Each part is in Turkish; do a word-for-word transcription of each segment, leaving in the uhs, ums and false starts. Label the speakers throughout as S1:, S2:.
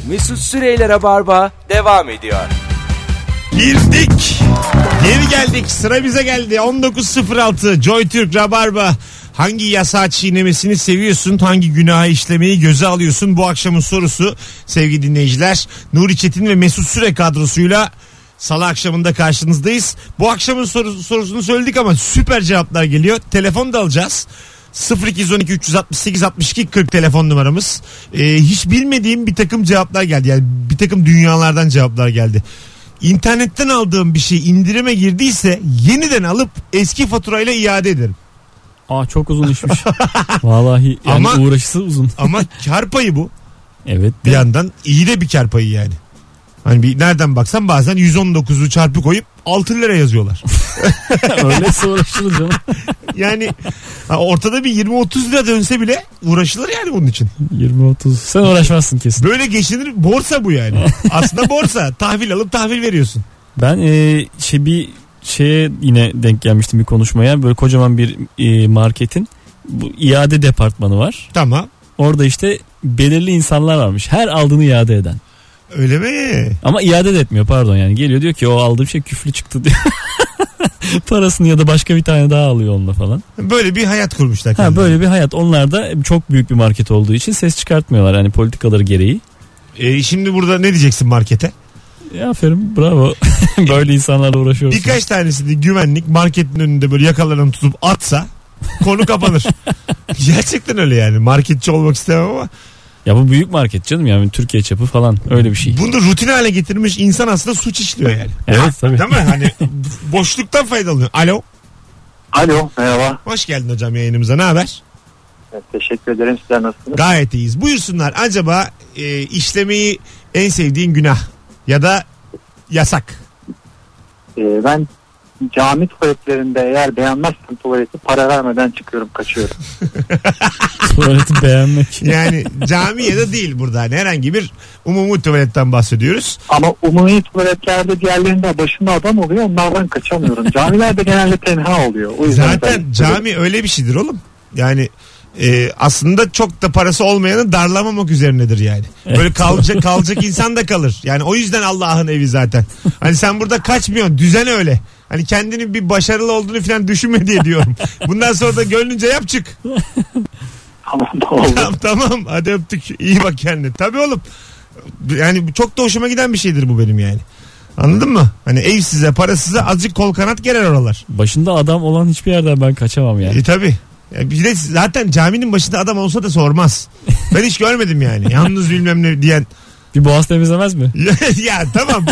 S1: Mesut Süreyler'e barba devam ediyor.
S2: Girdik. Geri geldik. Sıra bize geldi. on dokuz sıfır altı Joy Türk Rabarba. Hangi yasağı çiğnemesini seviyorsun? Hangi günahı işlemeyi göze alıyorsun? Bu akşamın sorusu sevgili dinleyiciler. Nuri Çetin ve Mesut Süre kadrosuyla Salı akşamında karşınızdayız. Bu akşamın soru, sorusunu söyledik ama süper cevaplar geliyor. Telefon da alacağız. sıfır iki on iki üç altı sekiz altmış iki kırk telefon numaramız. Ee, hiç bilmediğim bir takım cevaplar geldi. Yani bir takım dünyalardan cevaplar geldi. İnternetten aldığım bir şey indirime girdiyse yeniden alıp eski faturayla iade ederim.
S3: Aa, çok uzun işmiş. Vallahi yani ama, uğraşısı uzun.
S2: Ama kar payı bu.
S3: Evet.
S2: Bir yandan iyi de bir kar payı yani. Hani bir nereden baksan bazen yüz on dokuzu çarpı koyup altı lira yazıyorlar.
S3: Öyleyse uğraşılır canım.
S2: Yani ortada bir yirmi otuz lira dönse bile uğraşılır yani bunun için.
S3: yirmi otuz Sen uğraşmazsın kesin.
S2: Böyle geçinir, borsa bu yani. Aslında borsa. Tahvil alıp tahvil veriyorsun.
S3: Ben e, şey bir şeye yine denk gelmiştim bir konuşmaya. Böyle kocaman bir e, marketin bu iade departmanı var.
S2: Tamam.
S3: Orada işte belirli insanlar varmış. Her aldığını iade eden.
S2: Öyle mi?
S3: Ama iade de etmiyor, pardon yani. Geliyor diyor ki o aldığım şey küflü çıktı diyor. Parasını ya da başka bir tane daha alıyor onunla falan.
S2: Böyle bir hayat kurmuşlar.
S3: Ha, böyle bir hayat. Onlar da çok büyük bir market olduğu için ses çıkartmıyorlar. Hani politikaları gereği.
S2: E şimdi burada ne diyeceksin markete?
S3: Ya aferin, bravo. Böyle insanlarla uğraşıyoruz.
S2: Birkaç tanesi de güvenlik marketin önünde böyle yakalarını tutup atsa konu kapanır. Gerçekten öyle yani. Marketçi olmak istemem ama.
S3: Ya bu büyük market canım, yani Türkiye çapı falan, öyle bir şey.
S2: Bunu rutin hale getirmiş insan aslında suç işliyor yani.
S3: Evet tabii.
S2: Değil mi? Hani boşluktan faydalanıyor. Alo.
S4: Alo, merhaba.
S2: Hoş geldin hocam yayınımıza. Ne haber?
S4: Evet, teşekkür ederim. Sizler nasılsınız?
S2: Gayet iyiyiz. Buyursunlar. Acaba e, işlemeyi en sevdiğin günah ya da yasak?
S4: Ee, ben cami tuvaletlerinde eğer beğenmezsem tuvaleti para vermeden çıkıyorum, kaçıyorum.
S3: Tuvaleti beğenmek.
S2: Yani cami ya da değil burada. Yani herhangi bir umumi tuvaletten bahsediyoruz.
S4: Ama umumi tuvaletlerde diğerlerinde başında adam oluyor, onlardan kaçamıyorum. Camilerde genelde tenha oluyor. O yüzden
S2: zaten
S4: ben...
S2: cami öyle bir şeydir oğlum. Yani e, aslında çok da parası olmayanı darlamamak üzerinedir yani. Böyle evet, kalacak kalacak insan da kalır. Yani o yüzden Allah'ın evi zaten. Hani sen burada kaçmıyorsun. Düzen öyle. Hani kendinin bir başarılı olduğunu falan düşünme diye diyorum. Bundan sonra da gönlünce yap, çık.
S4: Tamam tamam.
S2: Tamam hadi öptük. İyi bak kendine. Tabii oğlum. Yani çok da hoşuma giden bir şeydir bu benim yani. Anladın mı? Hani evsize, parasıza azıcık kol kanat gerer oralar.
S3: Başında adam olan hiçbir yerden ben kaçamam yani.
S2: E tabii. Bir de zaten caminin başında adam olsa da sormaz. Ben hiç görmedim yani. Yalnız bilmem ne diyen.
S3: Bir boğaz temizlemez mi?
S2: Ya tamam.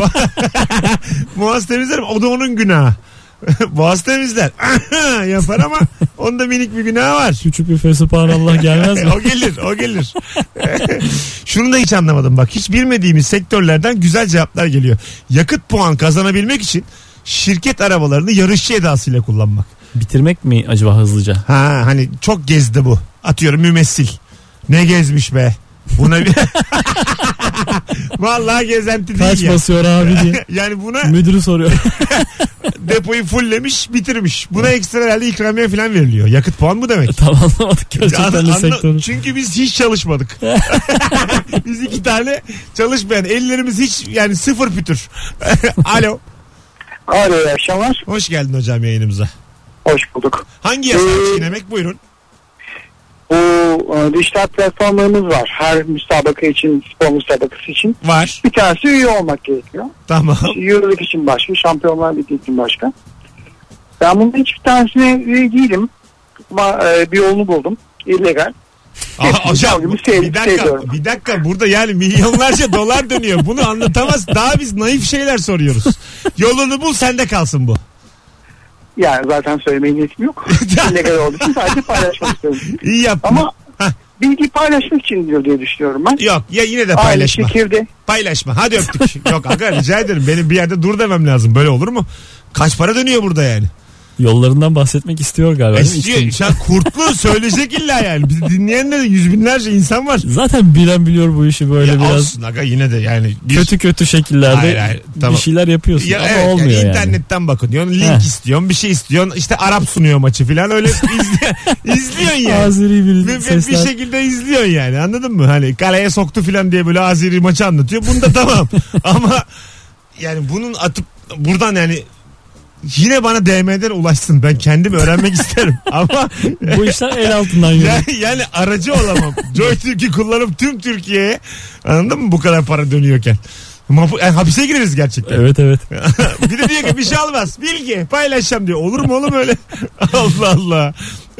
S2: Boğaz temizlerim. O da onun günahı. Boğaz temizler. Yapar ama onda minik bir günahı var.
S3: Küçük bir fesubhanallah gelmez mi?
S2: O gelir, o gelir. Şunu da hiç anlamadım bak. Hiç bilmediğimiz sektörlerden güzel cevaplar geliyor. Yakıt puan kazanabilmek için şirket arabalarını yarışçı edasıyla kullanmak.
S3: Bitirmek mi acaba hızlıca?
S2: Ha hani çok gezdi bu. Atıyorum mümessil. Ne gezmiş be. Buna bir vallahi gezenti değil.
S3: Kaç
S2: ya.
S3: basıyor abi diye.
S2: Yani buna
S3: müdürü soruyor.
S2: Depoyu fulllemiş, bitirmiş. Buna ekstra herhalde ikramiye falan veriliyor. Yakıt puan bu demek.
S3: Tam anlamadık gerçekten de sektörü.
S2: Çünkü biz hiç çalışmadık. Biz iki tane çalışmayan, ellerimiz hiç yani sıfır pütür. Alo.
S4: Alo, iyi akşamlar.
S2: Hoş geldin hocam yayınımıza.
S4: Hoş bulduk.
S2: Hangi yasağı çiğnemek? Buyurun.
S4: Bu dijital platformlarımız var. Her müsabaka için, spor müsabakası için.
S2: Var.
S4: Bir tanesi üye olmak gerekiyor.
S2: Tamam.
S4: İşte Euroleague için başka, Şampiyonlar Ligi için başka. Ben bunun hiçbir tanesine üye değilim. Ama e, bir yolunu buldum. İllegal.
S2: Aha, hocam bir dakika, bir dakika burada yani milyonlarca dolar dönüyor. Bunu anlatamaz. Daha biz naif şeyler soruyoruz. Yolunu bul, sende kalsın bu.
S4: Yani zaten söylemeye niyetim yok. İllegal olduğu için sadece paylaşmak istiyorum.
S2: İyi yaptın.
S4: Ama heh, bilgi paylaşmak için diyor diye düşünüyorum ben.
S2: Yok ya, yine de paylaşma.
S4: Aynı fikirde.
S2: Paylaşma. Hadi öptük. Yok aga rica ederim. Benim bir yerde dur demem lazım. Böyle olur mu? Kaç para dönüyor burada yani?
S3: Yollarından bahsetmek istiyor galiba. değil mi?
S2: Eskiyor.
S3: İçten-
S2: Şu an kurtlu söyleyecek illa yani. Bizi dinleyen de yüz binlerce insan var.
S3: Zaten bilen biliyor bu işi böyle
S2: Ya
S3: biraz
S2: olsun aga yine de yani. Bir...
S3: kötü kötü şekillerde
S2: Hayır, hayır, tamam.
S3: bir şeyler yapıyorsun
S2: Ya
S3: ama
S2: evet, yani
S3: olmuyor yani.
S2: internetten bakın diyorsun, link
S3: Heh.
S2: istiyorsun, bir şey istiyorsun, işte Arap sunuyor maçı filan, öyle izliyor, izliyorsun yani.
S3: Azeri
S2: Bir,
S3: bir
S2: bir, bir
S3: sesler.
S2: şekilde izliyorsun yani, anladın mı? Hani kaleye soktu filan diye böyle Azeri maçı anlatıyor. Bunda tamam ama yani bunun atıp buradan yani yine bana D M'den ulaşsın, ben kendim öğrenmek isterim ama
S3: Bu işler el altından yürüyor.
S2: yani, yani aracı olamam. JoyTürk'ü kullanıp tüm Türkiye'ye, anladın mı, bu kadar para dönüyorken. Mapu- yani hapise gireriz gerçekten.
S3: Evet evet.
S2: Bir de diyor ki bir şey olmaz, bilgi paylaşacağım diyor. Olur mu oğlum öyle? Allah Allah.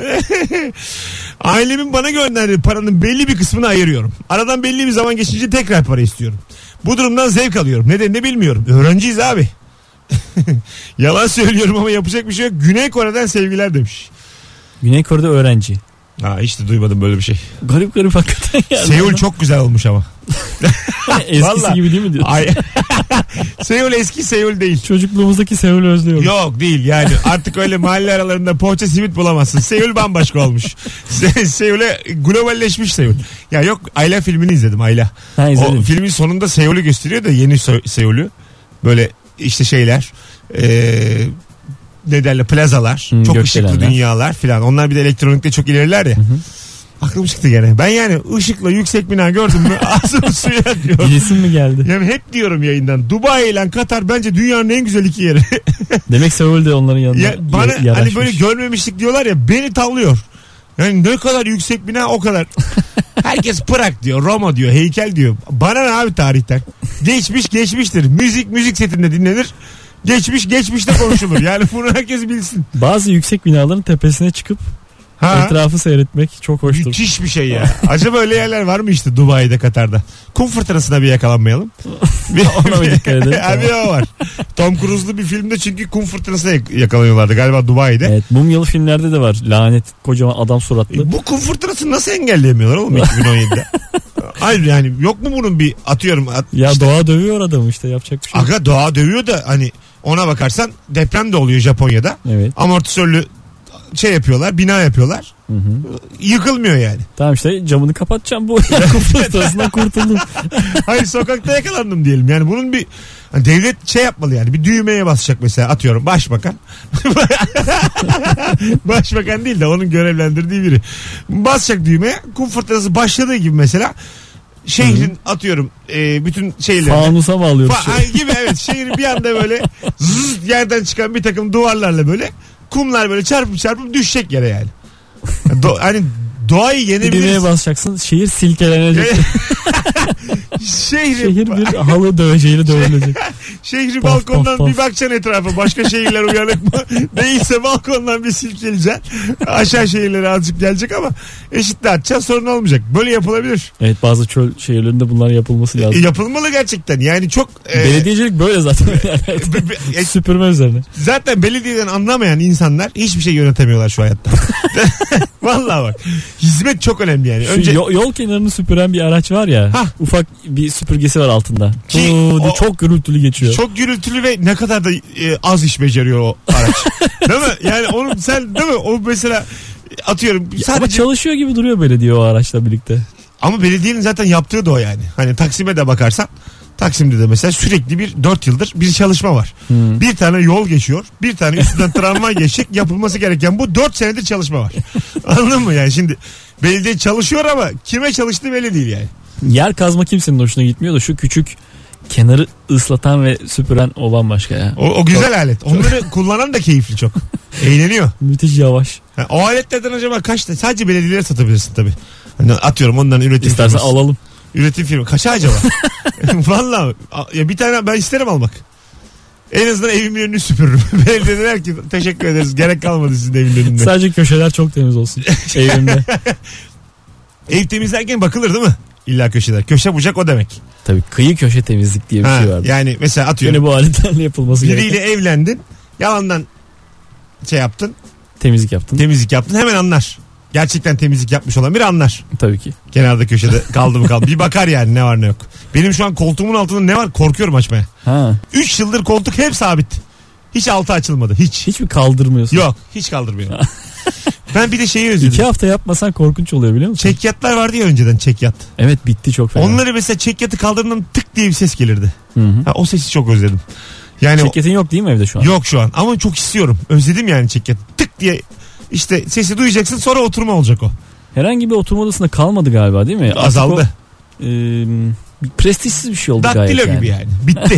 S2: Ailemin bana gönderdiği paranın belli bir kısmını ayırıyorum. Aradan belli bir zaman geçince tekrar para istiyorum. Bu durumdan zevk alıyorum. Nedenini bilmiyorum. Öğrenciyiz abi. Yalan söylüyorum ama yapacak bir şey yok. Güney Kore'den sevgiler demiş.
S3: Güney Kore'de öğrenci.
S2: Ha, hiç de duymadım böyle bir şey.
S3: Garip garip hakikaten yani.
S2: Seul çok güzel olmuş ama.
S3: Eskisi
S2: Vallahi.
S3: gibi değil mi diyorsun?
S2: Ay. Seul eski Seul değil.
S3: Çocukluğumuzdaki Seul'ü özlüyorum.
S2: Yok değil yani, artık öyle mahalle aralarında poğaça simit bulamazsın. Seul bambaşka olmuş. Se- Seul'e globalleşmiş Seul. Ya yok, Ayla filmini izledim, Ayla.
S3: Ha, izledim.
S2: O filmin sonunda Seul'ü gösteriyor da, yeni Se- Seul'ü. Böyle işte şeyler, ee, ne derler, plazalar,
S3: Hmm,
S2: çok
S3: gökdelenler.
S2: ışıklı dünyalar filan. Onlar bir de elektronikte çok ileriler ya.
S3: Hı hı.
S2: Aklım çıktı gene. Ben yani ışıkla yüksek bina gördüm mü ağzım suya akıyor.
S3: Gidesin mi geldi?
S2: Yani hep diyorum yayından, Dubai ile Katar bence dünyanın en güzel iki yeri.
S3: Demek Seul de onların yanına
S2: Ya bana
S3: ya- yaraşmış.
S2: hani böyle görmemişlik diyorlar ya, beni tavlıyor. Yani ne kadar yüksek bina o kadar. Herkes Prag diyor, Roma diyor, heykel diyor. Bana ne abi tarihten? Geçmiş geçmiştir. Müzik müzik setinde dinlenir. Geçmiş geçmişte konuşulur. Yani bunu herkes bilsin.
S3: Bazı yüksek binaların tepesine çıkıp
S2: Ha?
S3: etrafı seyretmek çok hoştur.
S2: Müthiş bir şey ya. Acaba öyle yerler var mı işte Dubai'de, Katar'da? Kum fırtınasına bir yakalanmayalım.
S3: Ona mı dikkat edelim?
S2: Abi o var. Tom Cruise'lu bir filmde çünkü kum fırtınasına yak- yakalanıyorlardı galiba Dubai'de.
S3: Evet, mumyalı filmlerde de var. Lanet kocaman adam suratlı.
S2: E, bu kum fırtınasını nasıl engelleyemiyorlar oğlum iki bin on yedide? Hayır yani yok mu bunun bir, atıyorum. At,
S3: Ya
S2: işte,
S3: doğa dövüyor adamı işte, yapacak bir şey yok.
S2: aga doğa dövüyor da hani ona bakarsan deprem de oluyor Japonya'da.
S3: Evet.
S2: Amortisörlü şey yapıyorlar, bina yapıyorlar.
S3: Hı hı.
S2: Yıkılmıyor yani.
S3: Tamam işte camını kapatacağım bu kufrasından kurtuldum.
S2: Hayır, sokakta yakalandım diyelim. Yani bunun bir hani devlet şey yapmalı yani, bir düğmeye basacak mesela, atıyorum başbakan. Başbakan değil de onun görevlendirdiği biri. Basacak düğmeye, kum fırtınası başladığı gibi mesela şehrin, hı-hı, atıyorum e, bütün şeyleri.
S3: Fanusa mı alıyoruz?
S2: Fa-
S3: şey?
S2: gibi evet, şehri bir anda böyle zzz, yerden çıkan bir takım duvarlarla böyle kumlar böyle çarpıp çarpıp düşecek yere yani. Do- hani doğayı
S3: Düğmeye
S2: yenebiliriz.
S3: basacaksın, şehir silkelenecek.
S2: Şehri,
S3: Şehir bir halı döveceğiyle dövülecek.
S2: şehri
S3: Paf,
S2: balkondan
S3: paf, paf.
S2: bir bakacaksın etrafa. Başka şehirler uyanık mı? Değilse balkondan bir silkeleyeceksin. Aşağı şehirlere azıcık gelecek ama eşit atacaksın, sorun olmayacak. Böyle yapılabilir.
S3: Evet, bazı çöl şehirlerinde bunlar yapılması
S2: E,
S3: lazım.
S2: yapılmalı gerçekten. Yani çok e,
S3: Belediyecilik böyle zaten.
S2: be- be- e,
S3: Süpürme üzerine.
S2: zaten belediyeden anlamayan insanlar hiçbir şey yönetemiyorlar şu hayatta. Vallahi bak. Hizmet çok önemli yani.
S3: Şu
S2: Önce
S3: yo- yol kenarını süpüren bir araç var ya.
S2: Hah.
S3: Ufak bir süpürgesi var altında.
S2: Ki
S3: Huu,
S2: o-
S3: çok gürültülü geçiyor.
S2: çok gürültülü ve ne kadar da e, az iş beceriyor o araç. Değil mi? Yani onu sen, değil mi? O mesela atıyorum
S3: Ya
S2: sadece
S3: ama çalışıyor gibi duruyor belediye o araçla birlikte.
S2: ama belediyenin zaten yaptığı da o yani. Hani Taksim'e de bakarsan, Taksim'de de mesela sürekli bir dört yıldır bir çalışma var.
S3: Hmm.
S2: Bir tane yol geçiyor. Bir tane üstünden tramvay geçecek. Yapılması gereken bu. Dört senedir çalışma var. Anladın mı yani? Şimdi belediye çalışıyor ama kime çalıştığı belli değil yani.
S3: Yer kazma kimsenin hoşuna gitmiyor da şu küçük kenarı ıslatan ve süpüren o bambaşka ya.
S2: O, o güzel alet. Onları kullanan da keyifli çok. Eğleniyor.
S3: Müthiş yavaş.
S2: Ha, o aletlerden acaba kaç tane? Sadece belediyelere satabilirsin tabii. Hani atıyorum onların üretim
S3: İstersen
S2: firması.
S3: alalım.
S2: Üretim firma. Kaça acaba? Vallahi ya bir tane ben isterim almak. En azından evimin önünü süpürürüm. Belediye der ki teşekkür ederiz. Gerek kalmadı sizin evin önünde.
S3: Sadece köşeler çok temiz olsun evimde.
S2: Ev temizlerken bakılır değil mi? İlla köşeler. Köşe bucak o demek.
S3: Tabii kıyı köşe temizlik diye bir
S2: Ha,
S3: şey var.
S2: yani mesela
S3: Yine
S2: atıyorum.
S3: bu aletlerle yapılması
S2: Biriyle
S3: gereken
S2: evlendin. Yalandan şey yaptın.
S3: temizlik yaptın.
S2: Temizlik yaptın. Hemen anlar. Gerçekten temizlik yapmış olan biri anlar.
S3: Tabii ki.
S2: Kenarda köşede kaldı mı kaldı. Bir bakar yani ne var ne yok. Benim şu an koltuğumun altında ne var korkuyorum açmaya.
S3: Ha.
S2: üç yıldır koltuk hep sabit. Hiç altı açılmadı. Hiç.
S3: Hiç mi kaldırmıyorsun?
S2: Yok. Hiç kaldırmıyorum. Ben bir de şeyi özledim.
S3: İki hafta yapmasan korkunç oluyor biliyor musun?
S2: Çekyatlar vardı ya önceden, çekyat.
S3: Evet, bitti çok fena.
S2: Onları mesela çekyatı kaldırdığında tık diye bir ses gelirdi.
S3: Hı hı.
S2: Ha, o sesi çok özledim. Yani
S3: Çekyatin yok değil mi evde şu an?
S2: Yok şu an ama çok istiyorum. Özledim yani çekyatı. Tık diye işte sesi duyacaksın, sonra oturma olacak o.
S3: Herhangi bir oturma odasında kalmadı galiba değil mi?
S2: Azaldı.
S3: O, e, prestijsiz bir şey oldu
S2: Daktilo
S3: gayet yani.
S2: gibi yani. Bitti.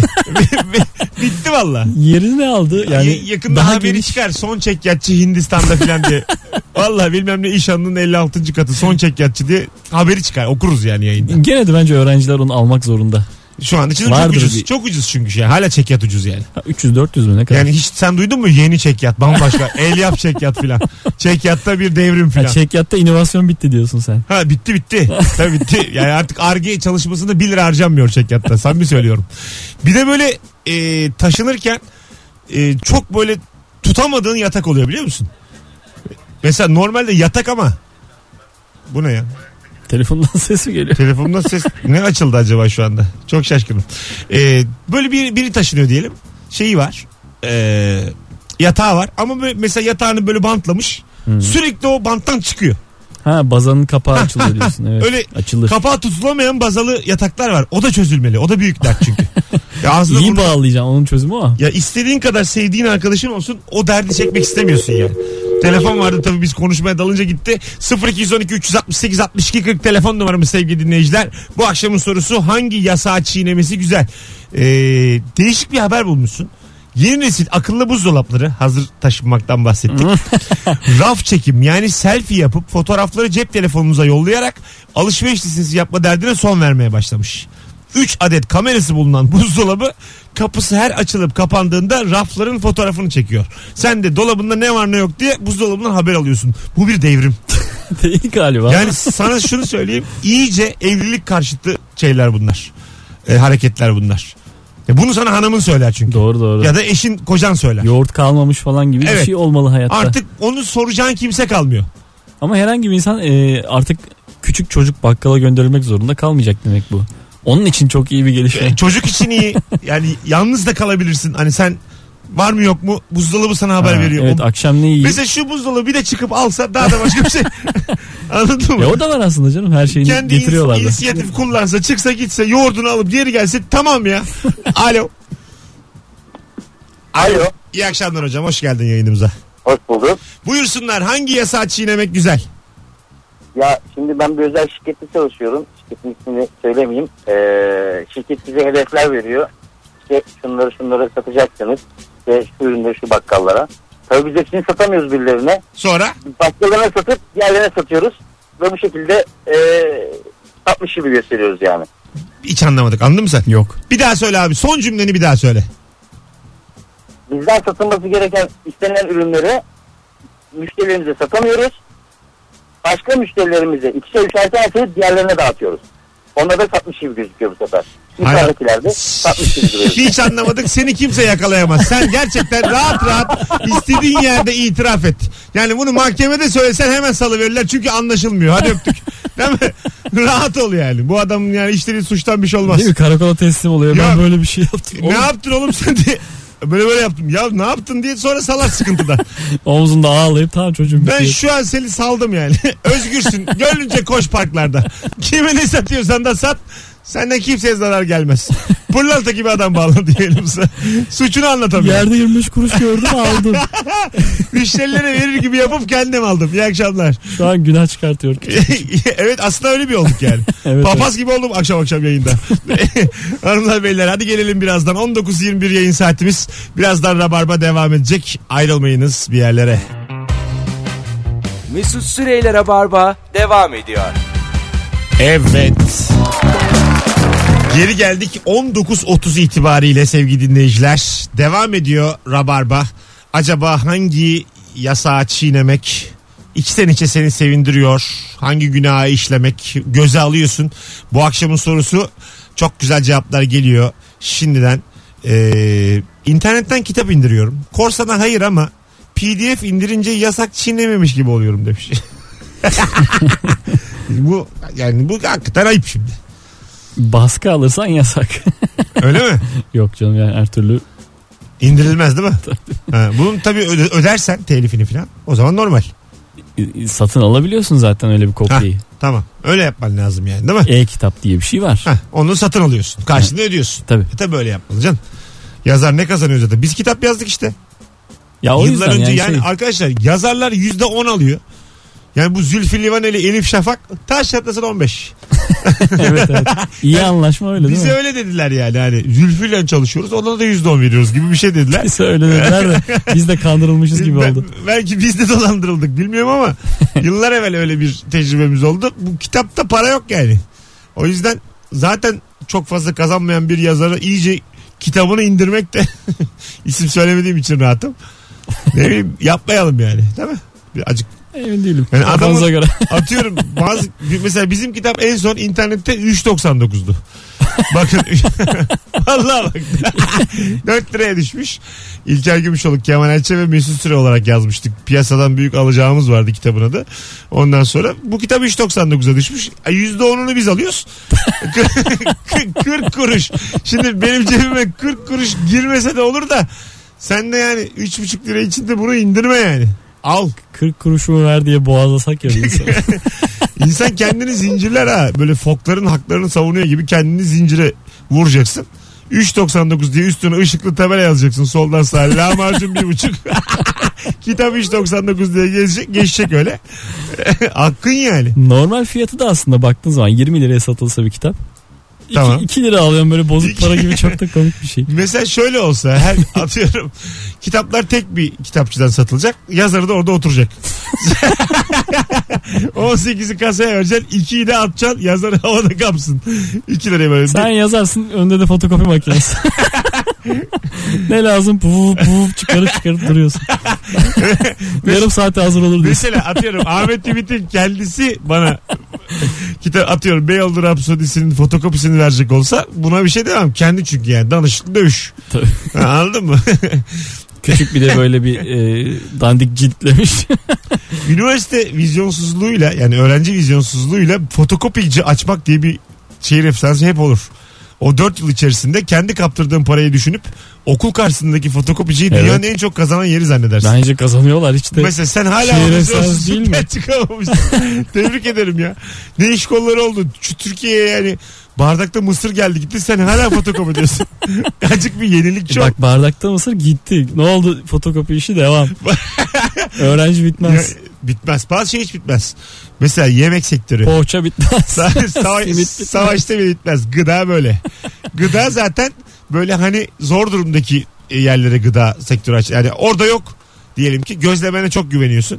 S2: Bitti valla.
S3: Yerini ne aldı? Yani
S2: Y- yakında
S3: daha
S2: haberi
S3: geniş...
S2: çıkar. Son çekyatçı Hindistan'da filan diye. Valla bilmem ne İşhan'ın elli altıncı katı son çekyatçı diye haberi çıkar. Okuruz yani yayında.
S3: Gene de bence öğrenciler onu almak zorunda.
S2: Şu an için çok
S3: Vardır
S2: ucuz.
S3: bir-
S2: Çok ucuz çünkü şey. Hala çekyat ucuz yani.
S3: Ha, üç yüz dört yüz mü ne kadar?
S2: Yani hiç sen duydun mu yeni çekyat, bambaşka el yap çekyat filan. Çekyatta bir devrim filan.
S3: Ha, çekyatta inovasyon bitti diyorsun sen.
S2: Ha bitti bitti. Tabii bitti. Yani artık Ar-Ge çalışmasında bir lira harcanmıyor çekyatta. Samimi söylüyorum. Bir de böyle e, taşınırken e, çok böyle tutamadığın yatak oluyor biliyor musun? Mesela normalde yatak ama bu ne ya?
S3: Telefondan sesi geliyor.
S2: Telefonumdan ses ne açıldı acaba şu anda? Çok şaşkınım. Ee, böyle bir, biri taşınıyor diyelim. Şeyi var. Ee, yatağı var. Ama böyle, mesela yatağını böyle bantlamış.
S3: Hmm.
S2: Sürekli o banttan çıkıyor.
S3: Ha, bazanın kapağı açılıyor diyorsun. Evet.
S2: Öyle
S3: açılır.
S2: kapağı tutulamayan bazalı yataklar var. O da çözülmeli. O da büyük dert çünkü. Ya aslında
S3: İyi
S2: bunu-
S3: bağlayacaksın, onun çözümü o.
S2: Ya istediğin kadar sevdiğin arkadaşın olsun, o derdi çekmek istemiyorsun yani. Telefon vardı tabii, biz konuşmaya dalınca gitti. sıfır iki on iki üç altı sekiz altmış iki kırk telefon numaramız sevgili dinleyiciler. Bu akşamın sorusu, hangi yasağı çiğnemesi güzel? Ee, değişik bir haber bulmuşsun. Yeni nesil akıllı buzdolapları, hazır taşınmaktan bahsettik. Raf çekim, yani selfie yapıp fotoğrafları cep telefonunuza yollayarak alışveriş listesi yapma derdine son vermeye başlamış. üç adet kamerası bulunan buzdolabı kapısı her açılıp kapandığında rafların fotoğrafını çekiyor. Sen de dolabında ne var ne yok diye buzdolabından haber alıyorsun. Bu bir devrim.
S3: Değil galiba.
S2: Yani sana şunu söyleyeyim, iyice evlilik karşıtı şeyler bunlar. E, hareketler bunlar. E, bunu sana hanımın söyler çünkü.
S3: Doğru doğru.
S2: Ya da eşin, kocan söyler.
S3: Yoğurt kalmamış falan gibi
S2: Evet.
S3: bir şey olmalı hayatta.
S2: Artık onu soracağın kimse kalmıyor.
S3: Ama herhangi bir insan e, artık küçük çocuk bakkala gönderilmek zorunda kalmayacak demek bu. Onun için çok iyi bir gelişme.
S2: E, çocuk için iyi. Yani yalnız da kalabilirsin. Hani sen var mı yok mu, buzdolabı sana haber
S3: Ha,
S2: veriyor.
S3: Evet,
S2: O-
S3: akşam ne yiyeyim?
S2: Mesela şu buzdolabı bir de çıkıp alsa daha da başka bir şey. Anladın mı?
S3: Ya o da var aslında canım, her şeyini
S2: Kendi
S3: getiriyorlar
S2: ins-
S3: da.
S2: inisiyatif kullansa, çıksa gitse, yoğurdunu alıp geri gelse tamam ya. Alo.
S4: Alo.
S2: İyi akşamlar hocam, hoş geldin yayınımıza.
S4: Hoş bulduk.
S2: Buyursunlar, hangi yasağı çiğnemek güzel?
S4: Ya şimdi ben bir özel şirkette çalışıyorum. Şirketin ismini söylemeyeyim. Ee, şirket bize hedefler veriyor. İşte şunları şunları satacaksınız. İşte şu ürünleri şu bakkallara. Tabii biz hepsini satamıyoruz birilerine.
S2: Sonra?
S4: Bakkallarına satıp diğerlerine satıyoruz. Ve bu şekilde ee, satmış gibi gösteriyoruz yani.
S2: Hiç anlamadık, anladın mı sen?
S3: Yok.
S2: Bir daha söyle abi, son cümleni bir daha söyle.
S4: Bizden satılması gereken istenilen ürünleri müşterilerimize satamıyoruz. Başka müşterilerimize ikişer üçer tanesini diğerlerine dağıtıyoruz. Onlar da satmış gibi gözüküyor bu sefer. Yukarıdakiler de satmış gibi duruyor.
S2: Hiç anlamadık, seni kimse yakalayamaz. Sen gerçekten rahat rahat istediğin yerde itiraf et. Yani bunu mahkemede söylesen hemen salıverirler çünkü anlaşılmıyor. Hadi öptük. Değil mi? Rahat ol yani. Bu adamın yani işlediği suçtan bir şey olmaz.
S3: Değil mi? Karakola teslim oluyor.
S2: Ya,
S3: Ben böyle bir şey yaptım.
S2: Ne yaptın oğlum sen diye. Böyle böyle yaptım. Ya ne yaptın diye sonra salar sıkıntıda.
S3: Omzunda ağlayıp tamam çocuğum.
S2: Ben
S3: bitiyor.
S2: şu an seni saldım yani. Özgürsün. Gönlünce koş parklarda. Kime ne satıyorsan da sat. Senden kimseye zarar gelmez. Pırlanta gibi adam bağlı diyelim sana. Suçunu anlatamıyorum.
S3: Yerde yirmi beş kuruş gördüm aldım.
S2: Müşterilere verir gibi yapıp kendim aldım. İyi akşamlar.
S3: Şu an günah çıkartıyor.
S2: Evet, aslında öyle bir olduk yani.
S3: Evet,
S2: Papaz gibi oldum akşam akşam yayında. Hanımlar beyler, hadi gelelim birazdan. on dokuz yirmi bir yayın saatimiz. Birazdan Rabarba devam edecek. Ayrılmayınız bir yerlere.
S1: Mesut Süreyle Rabarba devam ediyor.
S2: Evet. Geri geldik on dokuz otuz itibariyle sevgili dinleyiciler. Devam ediyor Rabarba. Acaba hangi yasağı çiğnemek içten içe seni sevindiriyor? Hangi günahı işlemek göze alıyorsun? Bu akşamın sorusu, çok güzel cevaplar geliyor. Şimdiden ee, internetten kitap indiriyorum. Korsan'a hayır ama P D F indirince yasak çiğnememiş gibi oluyorum demiş. Bu yani bu hakikaten ayıp şimdi.
S3: Baskı alırsan yasak.
S2: Öyle mi?
S3: Yok canım, yani her türlü
S2: İndirilmez değil mi? Ha, bunun tabii öde- ödersen telifini falan o zaman normal.
S3: Satın alabiliyorsun zaten öyle bir kopyayı.
S2: Ha, tamam. Öyle yapman lazım yani değil mi?
S3: E-kitap diye bir şey var.
S2: Ha, onu satın alıyorsun. Karşılığında ödüyorsun.
S3: Tabii.
S2: E tabii böyle yapmalı canım. Yazar ne kazanıyor zaten? Biz kitap yazdık işte.
S3: Ya o
S2: Yıllar
S3: yüzden
S2: önce
S3: yani,
S2: yani
S3: şey,
S2: arkadaşlar yazarlar yüzde on alıyor. Yani bu Zülfü Livaneli, Elif Şafak taş çatlasın on beş.
S3: evet evet. İyi anlaşma öyle değil
S2: Bize
S3: mi?
S2: öyle dediler yani. Hani Zülfü'yle çalışıyoruz ona da yüzde on veriyoruz gibi bir şey dediler.
S3: Bize öyle dediler de biz de kandırılmışız gibi
S2: Ben-
S3: oldu.
S2: Belki biz de dolandırıldık bilmiyorum ama yıllar evvel öyle bir tecrübemiz oldu. Bu kitapta para yok yani. O yüzden zaten çok fazla kazanmayan bir yazarı iyice kitabını indirmek de isim söylemediğim için rahatım. Ne bileyim yapmayalım yani değil mi? Birazcık
S3: Emin değilim.
S2: yani
S3: Kafanıza
S2: adamın,
S3: göre.
S2: atıyorum bazı mesela bizim kitap en son internette üç doksan dokuzdu. Bakın vallahi bak dört liraya düşmüş. İlker Gümüşoluk, Kemal Ayça ve Mesut Süre olarak yazmıştık. Piyasadan büyük alacağımız vardı kitabın adı. Ondan sonra bu kitap üç doksan dokuza düşmüş. yüzde onunu biz alıyoruz. kırk kuruş. Şimdi benim cebime kırk kuruş girmese de olur da sen de yani üç buçuk lira içinde bunu indirme yani. Al.
S3: kırk kuruşumu ver diye boğazlasak ya bir insan.
S2: İnsan kendini zincirler ha. Böyle fokların haklarını savunuyor gibi kendini zincire vuracaksın. üç doksan dokuz diye üstüne ışıklı tabela yazacaksın soldan sağa. Lahmacun bir buçuk. Kitap üç doksan dokuz diye geçecek, geçecek öyle. Hakkın yani.
S3: Normal fiyatı da aslında baktığın zaman yirmi liraya satılsa bir kitap.
S2: Tamam.
S3: iki lira alıyorum böyle bozuk para gibi, çok da komik bir şey.
S2: Mesela şöyle olsa her atıyorum kitaplar tek bir kitapçıdan satılacak. Yazarı da orada oturacak. on sekizi kasaya vereceksin. ikiyi de atacaksın. Yazarı havada kapsın. iki liraya böyle.
S3: Sen yazarsın, önde de fotokopi makinesi. Ne lazım? Puf puf çıkarıp çıkarıp duruyorsun. Yarım saate hazır olur diyorsun.
S2: Mesela atıyorum Ahmet Ümit'in kendisi bana kitap atıyorum Beyoğlu Rapsodisi'nin fotokopisini verecek olsa buna bir şey demem. Kendi çünkü yani danışıklı dövüş.
S3: Tabii.
S2: Ha, anladın mı?
S3: Küçük bir de böyle bir e, dandik ciltlemiş.
S2: Üniversite vizyonsuzluğuyla yani öğrenci vizyonsuzluğuyla fotokopici açmak diye bir şehir efsanesi hep olur. O dört yıl içerisinde kendi kaptırdığın parayı düşünüp okul karşısındaki fotokopiciyi
S3: Evet.
S2: dünyanın en çok kazanan yeri zannedersin.
S3: Bence kazanıyorlar hiç de.
S2: Mesela sen hala
S3: şehir
S2: o
S3: efsanesi
S2: vizyonsuzluktan
S3: değil mi?
S2: çıkamamışsın. Tebrik ederim ya. Ne iş kolları oldu. Şu Türkiye'ye yani bardakta mısır geldi gitti sen hala fotokopi diyorsun. Acık bir yenilik çok.
S3: Bak bardakta mısır gitti. Ne oldu, fotokopi işi devam. Öğrenci bitmez.
S2: Ya, bitmez. Bazı şey hiç bitmez. Mesela yemek sektörü.
S3: Poğaça bitmez.
S2: Sa- sava-
S3: Simit bitmez.
S2: savaşta bile bitmez. Gıda böyle. Gıda zaten böyle hani zor durumdaki yerlere gıda sektörü aç. Yani orada yok. Diyelim ki gözlemene çok güveniyorsun.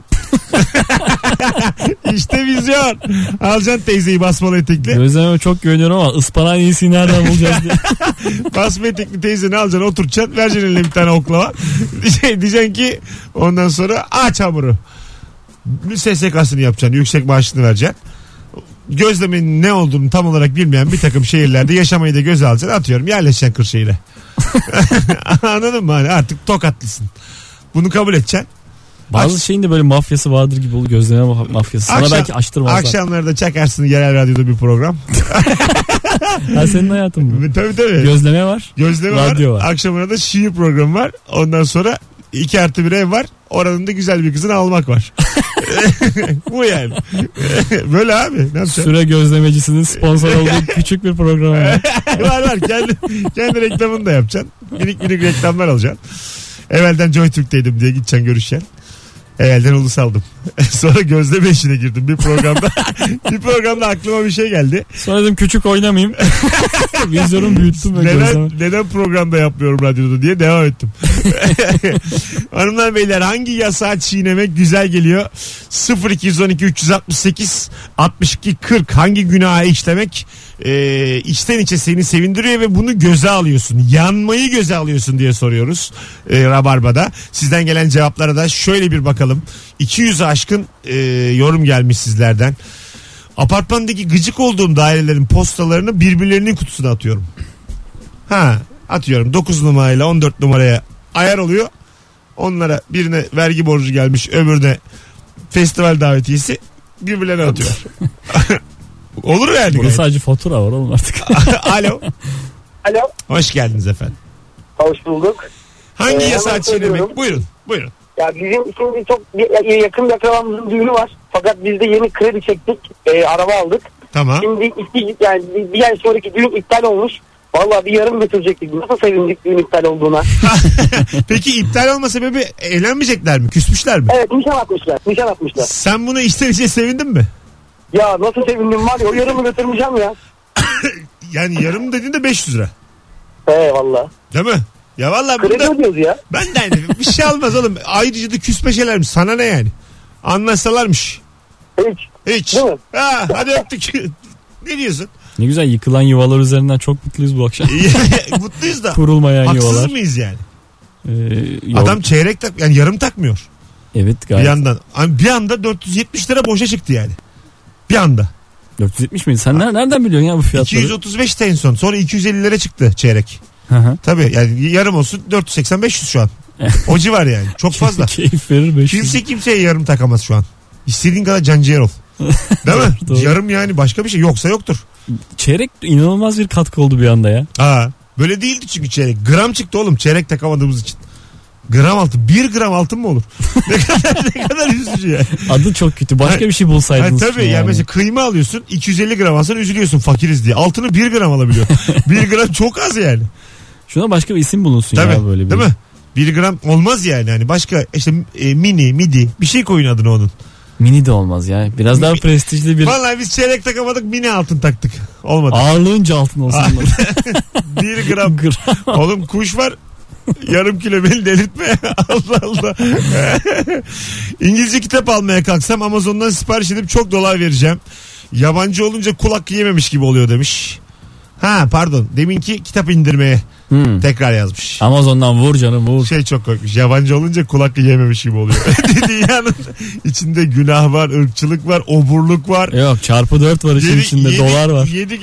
S2: İşte vizyon. Alacaksın teyzeyi basmalı etekli.
S3: Gözlememe çok güveniyorum ama ıspanağın iyisini nereden bulacağız diye.
S2: Basma etekli teyzeni alacaksın oturacaksın. Vereceksin eline bir tane oklava. Diyeceksin, diyeceksin ki ondan sonra aç hamuru. S S K'sını yapacaksın. Yüksek maaşını vereceksin. Gözlemenin ne olduğunu tam olarak bilmeyen bir takım şehirlerde yaşamayı da göze alacaksın. Atıyorum yerleşeceksin Kırşehir'e. Anladın mı? Hani artık Tokatlısın. Bunu kabul edeceksin.
S3: Bazı
S2: Ak- şeyin
S3: şeyin de böyle mafyası vardır gibi olur. Gözleme ma- mafyası. Sana
S2: Akşam-
S3: belki açtırmazlar.
S2: Akşamları da çakarsın yerel radyoda bir program.
S3: Ha, senin hayatın bu.
S2: tabii tabii.
S3: Gözleme var.
S2: Gözleme
S3: radyo
S2: var.
S3: var.
S2: Akşamına da şiir programı var. Ondan sonra iki artı bir ev var. Oranın da güzel bir kızını almak var. Bu yani. Böyle abi. Ne yapacaksın?
S3: Süre gözlemecisinin sponsor olduğu küçük bir program var.
S2: var var. Kendi, kendi reklamını da yapacaksın. Minik minik reklamlar alacaksın. Evvelden JoyTürk'teydim diye gideceksin görüşeceksin. Evvelden ulusaldım. Sonra gözleme işine girdim bir programda. bir programda aklıma bir şey geldi.
S3: Sonra dedim küçük oynamayayım. Vizyonu büyüttüm ve gözleme.
S2: Neden, neden programda yapmıyorum radyoda diye devam ettim. Hanımlar beyler hangi yasağı çiğnemek güzel geliyor? sıfır iki on iki üç altı sekiz altmış iki kırk hangi günahı işlemek e, içten içe seni sevindiriyor ve bunu göze alıyorsun? Yanmayı göze alıyorsun diye soruyoruz e, Rabarba'da. Sizden gelen cevaplara da şöyle bir bakalım. iki yüze aşkın e, yorum gelmiş sizlerden. Apartmandaki gıcık olduğum dairelerin postalarını birbirlerinin kutusuna atıyorum. Ha atıyorum dokuz numarayla on dört numaraya ayar oluyor. Onlara birine vergi borcu gelmiş, öbürüne festival davetiyesi, birbirlerine atıyor. Olur yani.
S3: Burada sadece fatura var oğlum artık.
S2: Alo.
S4: Alo.
S2: Hoş geldiniz efendim.
S4: Hoş bulduk.
S2: Hangi
S5: Ee,
S2: yasağı
S5: hemen söylüyorum.
S2: çiğnemek? Buyurun. Buyurun.
S5: Ya bizim şimdi çok bir- yakın bir akrabamızın düğünü var. Fakat biz de yeni kredi çektik. E, araba aldık.
S2: Tamam.
S5: Şimdi iki, yani bir, bir ay sonraki düğün iptal olmuş. Vallahi bir yarım götürecektik. Nasıl sevindik düğün iptal olduğuna.
S2: Peki iptal olma sebebi eğlenmeyecekler mi? Küsmüşler mi?
S5: Evet, nişan atmışlar. Nişan atmışlar.
S2: Sen bunu içten içe sevindin mi?
S5: Ya nasıl sevindim var ya, o yarımı götürmeyeceğim ya.
S2: Yani yarım dediğinde beş yüz lira.
S5: He valla.
S2: Değil mi? Ya vallahi
S5: Kredi
S2: bunda
S5: ödüyoruz ya.
S2: ben de aynı. Bir şey almaz oğlum. Ayrıca da küsmeşelermiş. Sana ne yani? Anlaşsalarmış.
S5: Hiç.
S2: Hiç.
S5: Değil mi?
S2: Ha, hadi öptük. Ne diyorsun?
S3: Ne güzel, yıkılan yuvalar üzerinden çok mutluyuz bu akşam.
S2: Mutluyuz da.
S3: Kurulmayan
S2: Haksız
S3: yuvalar.
S2: mıyız yani?
S3: Ee, yok.
S2: Adam çeyrek tak yani yarım takmıyor.
S3: Evet
S2: Bir
S3: gayet.
S2: yandan. Hani bir anda dört yüz yetmiş lira boşa çıktı yani. Bir anda.
S3: dört yüz yetmiş miydi? Sen ner- nereden biliyorsun ya bu fiyatları?
S2: iki yüz otuz beş en son. Sonra iki yüz elli lira çıktı çeyrek.
S3: Hı hı.
S2: Tabii yani yarım olsun dört yüz seksen beş yüz şu an. O civar yani. Çok fazla.
S3: Keyif verir beş yüz.
S2: Kimse kimseye yarım takamaz şu an. İstediğin kadar canciğer ol. Değil mi?
S3: Doğru.
S2: Yarım yani başka bir şey yoksa yoktur.
S3: Çeyrek inanılmaz bir katkı oldu bir anda ya.
S2: Aa, böyle değildi çünkü çeyrek. Gram çıktı oğlum çeyrek takamadığımız için. Gram altın. Bir gram altın mı olur? ne kadar ne kadar üzücü ya.
S3: Adı çok kötü. Başka
S2: Ha,
S3: bir şey bulsaydınız.
S2: Ha, tabii
S3: yani.
S2: yani mesela kıyma alıyorsun iki yüz elli gram alsan üzülüyorsun fakiriz diye. Altını bir gram alabiliyor. bir gram çok az yani.
S3: Şuna başka bir isim bulunsun
S2: Tabii,
S3: ya böyle bir.
S2: değil mi? bir gram olmaz yani. Hani başka işte e, mini, midi bir şey koyun adını onun.
S3: Mini de olmaz ya. Biraz daha prestijli bir.
S2: Vallahi biz çeyrek takamadık mini altın taktık. Olmadı.
S3: Ağırlığınca altın olsun.
S2: bir gram.
S3: Gram.
S2: Oğlum kuş var. Yarım kilo beni delirtme. Allah Allah. İngilizce kitap almaya kalksam Amazon'dan sipariş edip çok dolar vereceğim. Yabancı olunca kul hakkı yememiş gibi oluyor demiş. Ha pardon. Deminki kitap indirmeye
S3: Hmm.
S2: tekrar yazmış.
S3: Amazon'dan vur canım vur.
S2: Şey çok korkmuş. Yabancı olunca kul hakkı yememiş gibi oluyor. Dünyanın içinde günah var, ırkçılık var, oburluk var.
S3: Yok çarpı dört var işin
S2: Yedi-
S3: içinde
S2: yedi-
S3: dolar var.
S2: Yedi,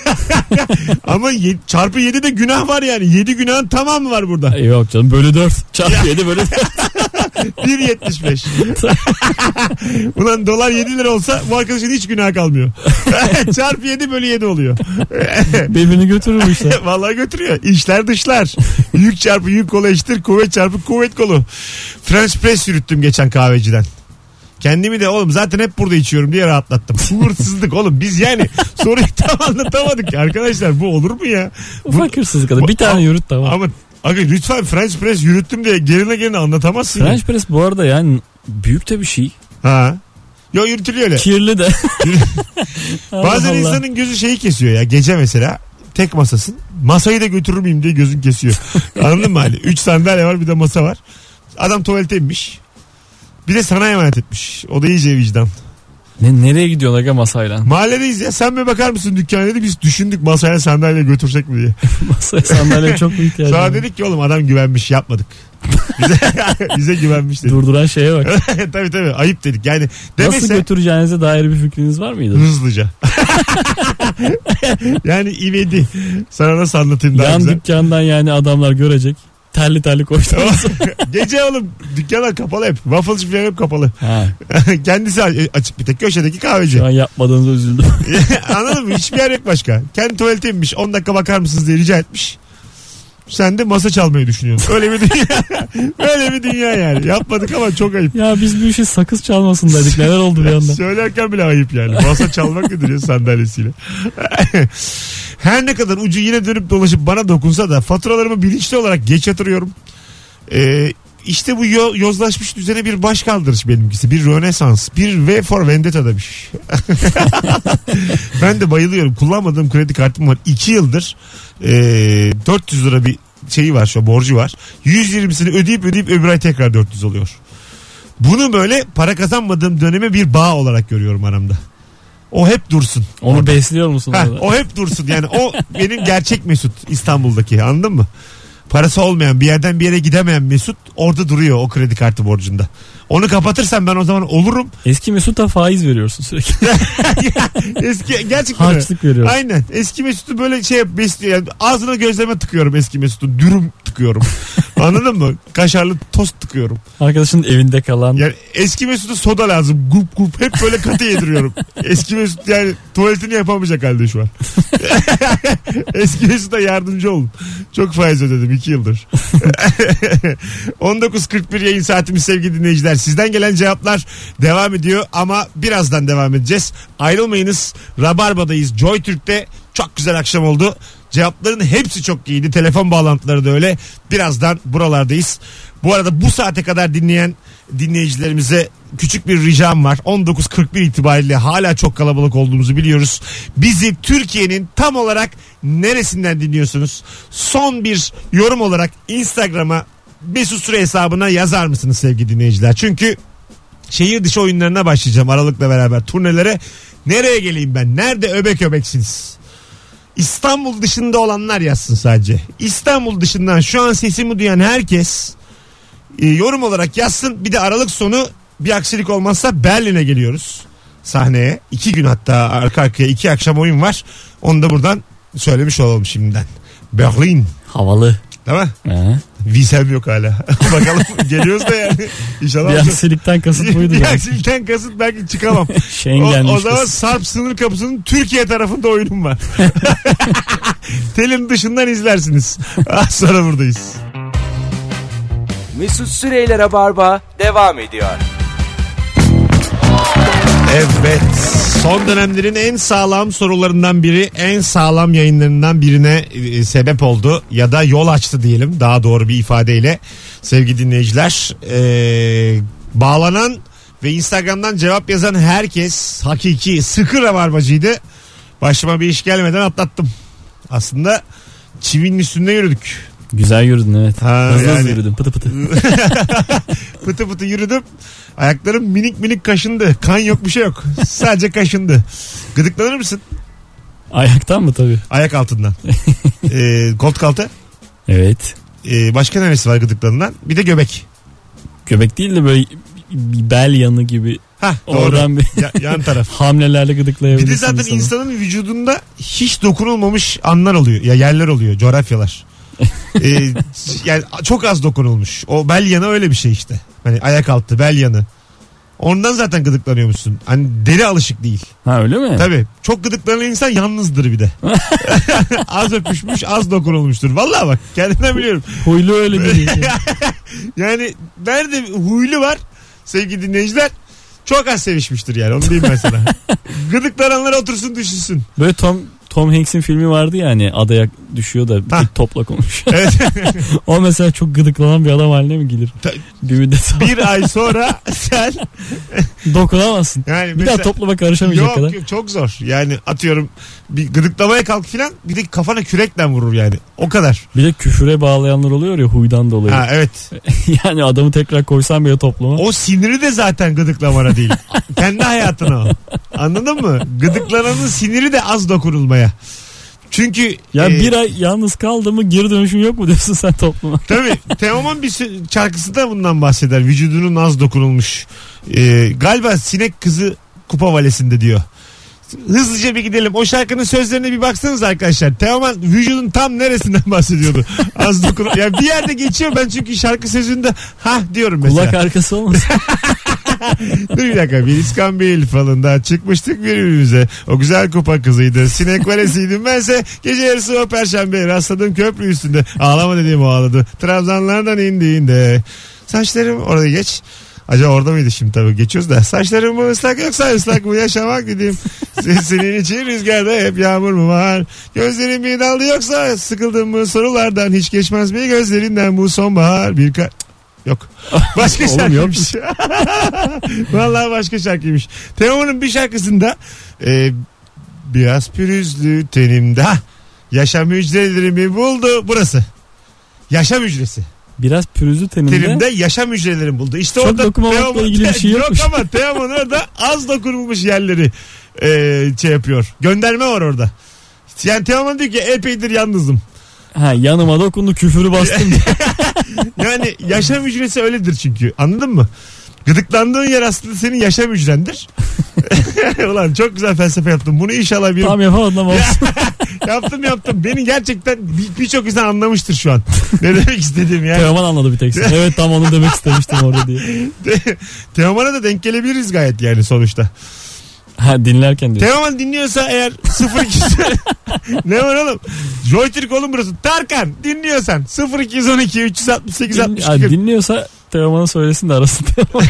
S2: ama yedi, çarpı yedi de günah var yani. Yedi günahın tamamı var burada.
S3: Yok canım bölü dört. Çarpı yedi bölü dört.
S2: bir yetmiş beş. Ulan dolar yedi lira olsa bu arkadaşın hiç günah kalmıyor. Çarpı yedi bölü yedi oluyor.
S3: Birbirini götürür bu işler.
S2: Vallahi götürüyor. İşler dışlar. Yük çarpı yük kolu eşittir. Kuvvet çarpı kuvvet kolu. French press yürüttüm geçen kahveciden. Kendimi de oğlum zaten hep burada içiyorum diye rahatlattım. Hırsızlık oğlum biz yani soruyu tam anlatamadık ya. Arkadaşlar bu olur mu ya?
S3: Ufak hırsızlık kadar. Bir tane yürüt tamam.
S2: Ama aga lütfen French press yürüttüm diye gerine gerine anlatamazsın.
S3: French
S2: ya.
S3: press bu arada yani büyük de bir şey.
S2: Ha. Yo yürütülüyor öyle.
S3: Kirli de.
S2: Bazen
S3: Allah.
S2: insanın gözü şeyi kesiyor ya. Gece mesela tek masasın. Masayı da götürür müyüm diye gözün kesiyor. Anladın mı hani? Üç sandalye var bir de masa var. Adam tuvalete inmiş. Bir de sana emanet etmiş. O da iyice vicdan.
S3: Ne, nereye gidiyorsun aga masayla?
S2: Mahalledeyiz ya. Sen bir bakar mısın dükkana dedi. Biz düşündük masaya sandalye götürsek mi diye.
S3: Masaya sandalye çok mu ihtiyacı
S2: Sonra
S3: var?
S2: dedik ki oğlum adam güvenmiş yapmadık. Bize, bize güvenmiş dedik.
S3: Durduran şeye bak.
S2: tabii tabii ayıp dedik. Yani
S3: Nasıl
S2: demese
S3: götüreceğinize dair bir fikriniz var mıydı?
S2: hızlıca. yani ivedi. Sana nasıl anlatayım daha
S3: Yan
S2: güzel.
S3: dükkandan yani adamlar görecek. Terli terli koştunuz.
S2: Gece oğlum dükkanlar kapalı hep. Wafflecı falan hep kapalı.
S3: Ha,
S2: Kendisi açık bir tek köşedeki kahveci.
S3: şu an yapmadığınıza üzüldüm.
S2: Anladın mı? Hiçbir yer yok başka. Kendi tuvalete inmiş. on dakika bakar mısınız diye rica etmiş. Sen de masa çalmayı düşünüyorsun. Öyle bir dünya. Öyle bir dünya yani. Yapmadık ama çok ayıp.
S3: Ya biz bu işe sakız çalmasın dedik. Neler oldu bir anda?
S2: Söylerken bile ayıp yani. Masa çalmak nedir ya sandalyesiyle. Her ne kadar ucu yine dönüp dolaşıp bana dokunsa da faturalarımı bilinçli olarak geç yatırıyorum. Ee, işte bu yo- yozlaşmış düzene bir baş kaldırış benimkisi. Bir rönesans. Bir V for Vendetta demiş. Ben de bayılıyorum. Kullanmadığım kredi kartım var. iki yıldır e, dört yüz lira bir şeyi var şu an, borcu var. yüz yirmisini ödeyip ödeyip öbür ay tekrar dört yüz oluyor. Bunu böyle para kazanmadığım döneme bir bağ olarak görüyorum aramda. O hep dursun.
S3: Onu
S2: orada.
S3: besliyor musun?
S2: Ha,
S3: orada?
S2: o hep dursun. Yani o benim gerçek Mesut İstanbul'daki, anladın mı? Parası olmayan, bir yerden bir yere gidemeyen Mesut orada duruyor o kredi kartı borcunda. Onu kapatırsam ben o zaman olurum.
S3: Eski Mesut'a faiz veriyorsun sürekli.
S2: Eski gerçekten öyle.
S3: Harçlık veriyorsun.
S2: Aynen. Eski Mesut'u böyle şey besliyor. Yani ağzına gözlerime tıkıyorum eski Mesut'u. Dürüm tıkıyorum. Anladın mı? Kaşarlı tost tıkıyorum.
S3: Arkadaşın evinde kalan.
S2: Yani eski Mesut'a soda lazım. Gup gup hep böyle katı yediriyorum. Eski Mesut yani tuvaletini yapamayacak halde şu an. Eski Mesut'a yardımcı olun. Çok faiz ödedim iki yıldır. on dokuz kırk bir yayın saatimiz sevgili dinleyiciler. Sizden gelen cevaplar devam ediyor ama birazdan devam edeceğiz. Ayrılmayınız. Rabarba'dayız. Joy Türk'te çok güzel akşam oldu. Cevapların hepsi çok iyiydi. Telefon bağlantıları da öyle. Birazdan buralardayız. Bu arada bu saate kadar dinleyen dinleyicilerimize küçük bir ricam var. on dokuz kırk bir itibariyle hala çok kalabalık olduğumuzu biliyoruz. Bizi Türkiye'nin tam olarak neresinden dinliyorsunuz? Son bir yorum olarak Instagram'a Mesut Süre hesabına yazar mısınız sevgili dinleyiciler? Çünkü şehir dışı oyunlarına başlayacağım Aralık'la beraber turnelere. Nereye geleyim ben? Nerede öbek öbeksiniz? İstanbul dışında olanlar yazsın sadece. İstanbul dışından şu an sesimi duyan herkes e, yorum olarak yazsın. Bir de Aralık sonu bir aksilik olmazsa Berlin'e geliyoruz sahneye. İki gün hatta arka arkaya iki akşam oyun var. Onu da buradan söylemiş olalım şimdiden. Berlin.
S3: Havalı.
S2: Değil mi?
S3: He.
S2: Vizem yok hala. Bakalım geliyoruz da yani. İnşallah.
S3: Bir aksilikten kasıt buydu.
S2: Bir aksilikten kasıt belki çıkamam.
S3: Schengen
S2: o, o zaman Sarp sınır kapısının Türkiye tarafında oyunum var. Telin dışından izlersiniz. Az sonra buradayız.
S1: Mesut Süreyler'e barba devam ediyor.
S2: Evet. Son dönemlerin en sağlam sorularından biri, en sağlam yayınlarından birine e, sebep oldu ya da yol açtı diyelim daha doğru bir ifadeyle sevgili dinleyiciler. E, bağlanan ve Instagram'dan cevap yazan herkes hakiki sıkı rabarbacıydı. Başıma bir iş gelmeden atlattım. Aslında çivinin üstünde yürüdük.
S3: Güzel yürüdün evet.
S2: Ha,
S3: hızlı
S2: yani...
S3: hızlı yürüdün pıtı pıtı.
S2: pıtı pıtı yürüdüm. Ayaklarım minik minik kaşındı. Kan yok bir şey yok. Sadece kaşındı. Gıdıklanır mısın?
S3: Ayaktan mı tabii?
S2: Ayak altından. ee, koltuk altı.
S3: Evet.
S2: Ee, başka neresi var gıdıklarından? Bir de göbek.
S3: Göbek değil de böyle bir bel yanı gibi.
S2: Hah doğru.
S3: Oradan bir
S2: ya, yan taraf.
S3: hamlelerle gıdıklayabilirsin.
S2: Bir de zaten
S3: insanı.
S2: insanın vücudunda hiç dokunulmamış anlar oluyor. Ya yerler oluyor. Coğrafyalar. ee, yani çok az dokunulmuş. O bel yanı öyle bir şey işte. Hani ayak altı bel yanı. Ondan zaten gıdıklanıyormuşsun. Hani deli alışık değil.
S3: Ha öyle mi?
S2: Tabii. Çok gıdıklanan insan yalnızdır bir de. Az öpüşmüş, az dokunulmuştur. Vallahi bak kendimden biliyorum.
S3: Huylu öyle değil.
S2: Yani nerede huylu var sevgili dinleyiciler? Çok az sevişmiştir yani. Onu diyeyim ben sana. Gıdıklananlar otursun düşünsün.
S3: Böyle Tom Tom Hanks'in filmi vardı ya hani adaya düşüyor da bir topla konuşuyor.
S2: Evet.
S3: O mesela çok gıdıklanan bir adam haline mi gelir?
S2: Ta-
S3: bir müddet sonra.
S2: Bir ay sonra sen
S3: dokunamazsın.
S2: yani
S3: bir
S2: mesela,
S3: daha topluma karışamayacak
S2: yok,
S3: kadar.
S2: Yok çok zor. Yani atıyorum bir gıdıklamaya kalk filan bir de kafana kürekle vurur yani. O kadar.
S3: Bir de küfüre bağlayanlar oluyor ya huydan dolayı.
S2: Ha evet.
S3: Yani adamı tekrar koysan bile topluma.
S2: O siniri de zaten gıdıklamana değil. Kendi hayatına o. Anladın mı? Gıdıklananın siniri de az dokunulmaya. Çünkü
S3: ya
S2: e,
S3: bir ay yalnız kaldı mı geri dönüşüm yok mu diyorsun sen topluma?
S2: Tabii. Teoman bir şarkısı da bundan bahseder. Vücudunun az dokunulmuş. E, galiba Sinek Kızı Kupa Valesi'nde diyor. Hızlıca bir gidelim. O şarkının sözlerine bir baksanız arkadaşlar. Teoman vücudun tam neresinden bahsediyordu? Az dokunul. Yani bir yerde geçiyor ben çünkü şarkı sözünde ha diyorum mesela.
S3: Kulak arkası olmasın?
S2: Dur bir dakika. Bir İskambil falında çıkmıştık birbirimize. O güzel kupa kızıydı. Sinek valesiydim bense. Gece yarısı o perşembe rastladım köprü üstünde. Ağlama dediğim o ağladı. Trabzanlardan indiğinde. Saçlarım orada geç. Acaba orada mıydı şimdi tabii geçiyoruz da. Saçlarım mı ıslak yoksa ıslak mı yaşamak dediğim. Senin için rüzgarda hep yağmur mu var? Gözlerim mi daldı yoksa sıkıldın mı sorulardan hiç geçmez mi gözlerinden bu sonbahar bir ka... Yok. Başka şarkıymış. Vallahi başka şarkıymış. Teoman'ın bir şarkısında e, biraz pürüzlü tenimde ha, yaşam hücrelerimi buldu. Burası. Yaşam hücresi.
S3: Biraz pürüzlü tenimde.
S2: Tenimde yaşam hücrelerini buldu. İşte
S3: çok
S2: orada
S3: dokunmamakla ilgili bir şey yokmuş.
S2: Yok ama Teoman orada az dokunulmuş yerleri e, şey yapıyor. Gönderme var orada. Yani Teoman diyor ki epeydir yalnızım.
S3: Ha yanıma dokundu küfürü bastım.
S2: Yani yaşam hücresi öyledir çünkü. Anladın mı? Gıdıklandığın yer aslında senin yaşam hücrendir. Ulan çok güzel felsefe yaptım. Bunu inşallah bir...
S3: Tam yapamadım ama olsun.
S2: yaptım yaptım. Beni gerçekten bir- birçok insan anlamıştır şu an. Ne demek istediğim yani.
S3: Teoman anladı bir tek. Evet tam onu demek istemiştim orada diye.
S2: Te- Teoman'a da denk gelebiliriz gayet yani sonuçta.
S3: Ha dinlerken diyor.
S2: Teoman dinliyorsa eğer sıfır iki ne var oğlum? Joy Türk oğlum burası. Tarkan dinliyorsan sıfır iki on iki üç altı sekiz
S3: Din,
S2: altmış
S3: ha,
S2: kırk.
S3: dinliyorsa Teoman'a söylesin de arasın.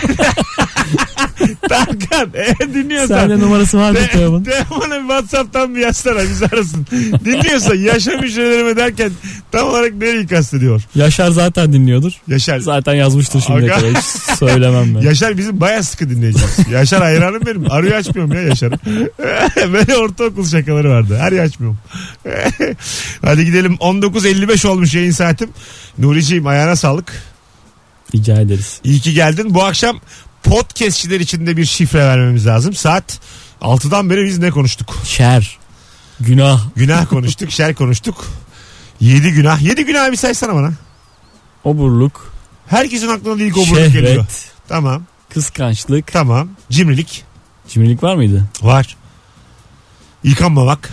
S2: Tarkan eğer dinliyorsan.
S3: Sende numarası vardı
S2: Te-
S3: Teoman.
S2: Teoman'a bir WhatsApp'tan bir yazsana bizi arasın. Dinliyorsa yaşam hücrelerime derken tam olarak nereyi kastediyor?
S3: Yaşar zaten dinliyordur.
S2: Yaşar.
S3: Zaten yazmıştır şimdiye
S2: Aga.
S3: kadar. Hiç söylemem ben.
S2: Yaşar bizim bayağı sıkı dinleyeceğiz. Yaşar hayranım benim. Arıyor açmıyorum ya Yaşar'ı. Böyle ortaokul şakaları vardı. Arıyor açmıyorum. Hadi gidelim. on dokuz elli beş olmuş yayın saatim. Nuriciğim ayağına sağlık.
S3: Rica ederiz.
S2: İyi ki geldin. Bu akşam podcastçiler için de bir şifre vermemiz lazım. Saat altıdan beri biz ne konuştuk?
S3: Şer. Günah.
S2: Günah konuştuk, şer konuştuk. Yedi günah. Yedi günah bir saysana bana.
S3: Oburluk.
S2: Herkesin aklına ilk oburluk geliyor.
S3: Şehvet.
S2: Tamam.
S3: Kıskançlık.
S2: Tamam. Cimrilik.
S3: Cimrilik var mıydı?
S2: Var. Yıkanmamak.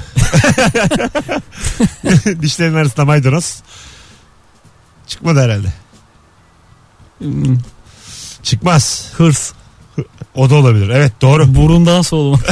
S2: Dişlerin arasında maydanoz. Çıkmadı herhalde.
S3: Hmm,
S2: Çıkmaz.
S3: Hırs.
S2: O da olabilir. Evet doğru.
S3: Burundan soğumak.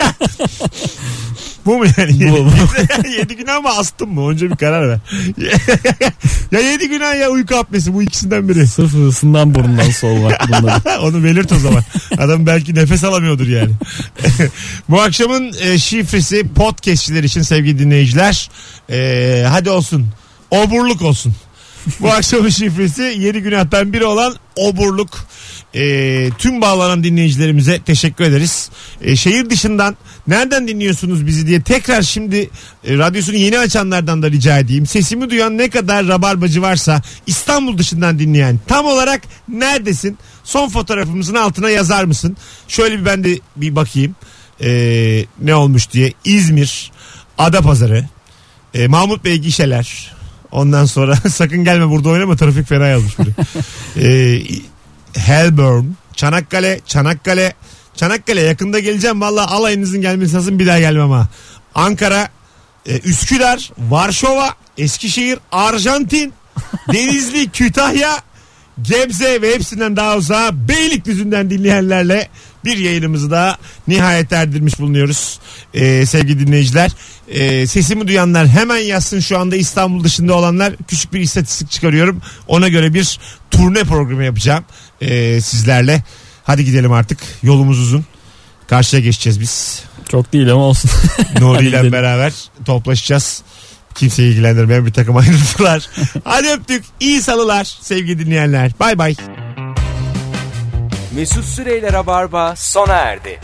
S2: Bu mu yani? Yedi,
S3: Bu,
S2: yedi günah mı astım mı? Önce bir karar ver. Ya yedi günah ya uyku apnesi bu ikisinden biri.
S3: Sırf hırsından burundan soğumak bunları.
S2: Onu belirt o zaman. Adam belki nefes alamıyordur yani. Bu akşamın e, şifresi podcastçiler için sevgili dinleyiciler. E, hadi olsun. Oburluk olsun. Bu akşamın şifresi yedi günahtan biri olan oburluk. E, tüm bağlanan dinleyicilerimize teşekkür ederiz. E, şehir dışından nereden dinliyorsunuz bizi diye tekrar şimdi e, radyosunu yeni açanlardan da rica edeyim. Sesimi duyan ne kadar rabarbacı varsa İstanbul dışından dinleyen tam olarak neredesin? Son fotoğrafımızın altına yazar mısın? Şöyle bir ben de bir bakayım. E, ne olmuş diye. İzmir, Adapazarı, e, Mahmut Bey gişeler. Ondan sonra sakın gelme burada oynama trafik fena yazmış biri. e, Helburn, Çanakkale, Çanakkale, Çanakkale yakında geleceğim valla alayınızın gelmesi lazım bir daha gelmem ha. Ankara, e, Üsküdar, Varşova, Eskişehir, Arjantin, Denizli, Kütahya, Gebze ve hepsinden daha uzağa Beylikdüzü'nden dinleyenlerle bir yayınımızı daha nihayet erdirmiş bulunuyoruz. Ee, sevgili dinleyiciler, ee, sesimi duyanlar hemen yazsın, şu anda İstanbul dışında olanlar, küçük bir istatistik çıkarıyorum. Ona göre bir turne programı yapacağım ee, sizlerle. Hadi gidelim artık, yolumuz uzun. Karşıya geçeceğiz biz.
S3: Çok değil ama olsun.
S2: Nuri ile beraber toplaşacağız. Kimseyi ilgilendirmeyen bir takım ayrıntılar. Hadi öptük. İyi salılar sevgili dinleyenler. Bay bay.
S1: Mesut Süreyler'e barba sona erdi.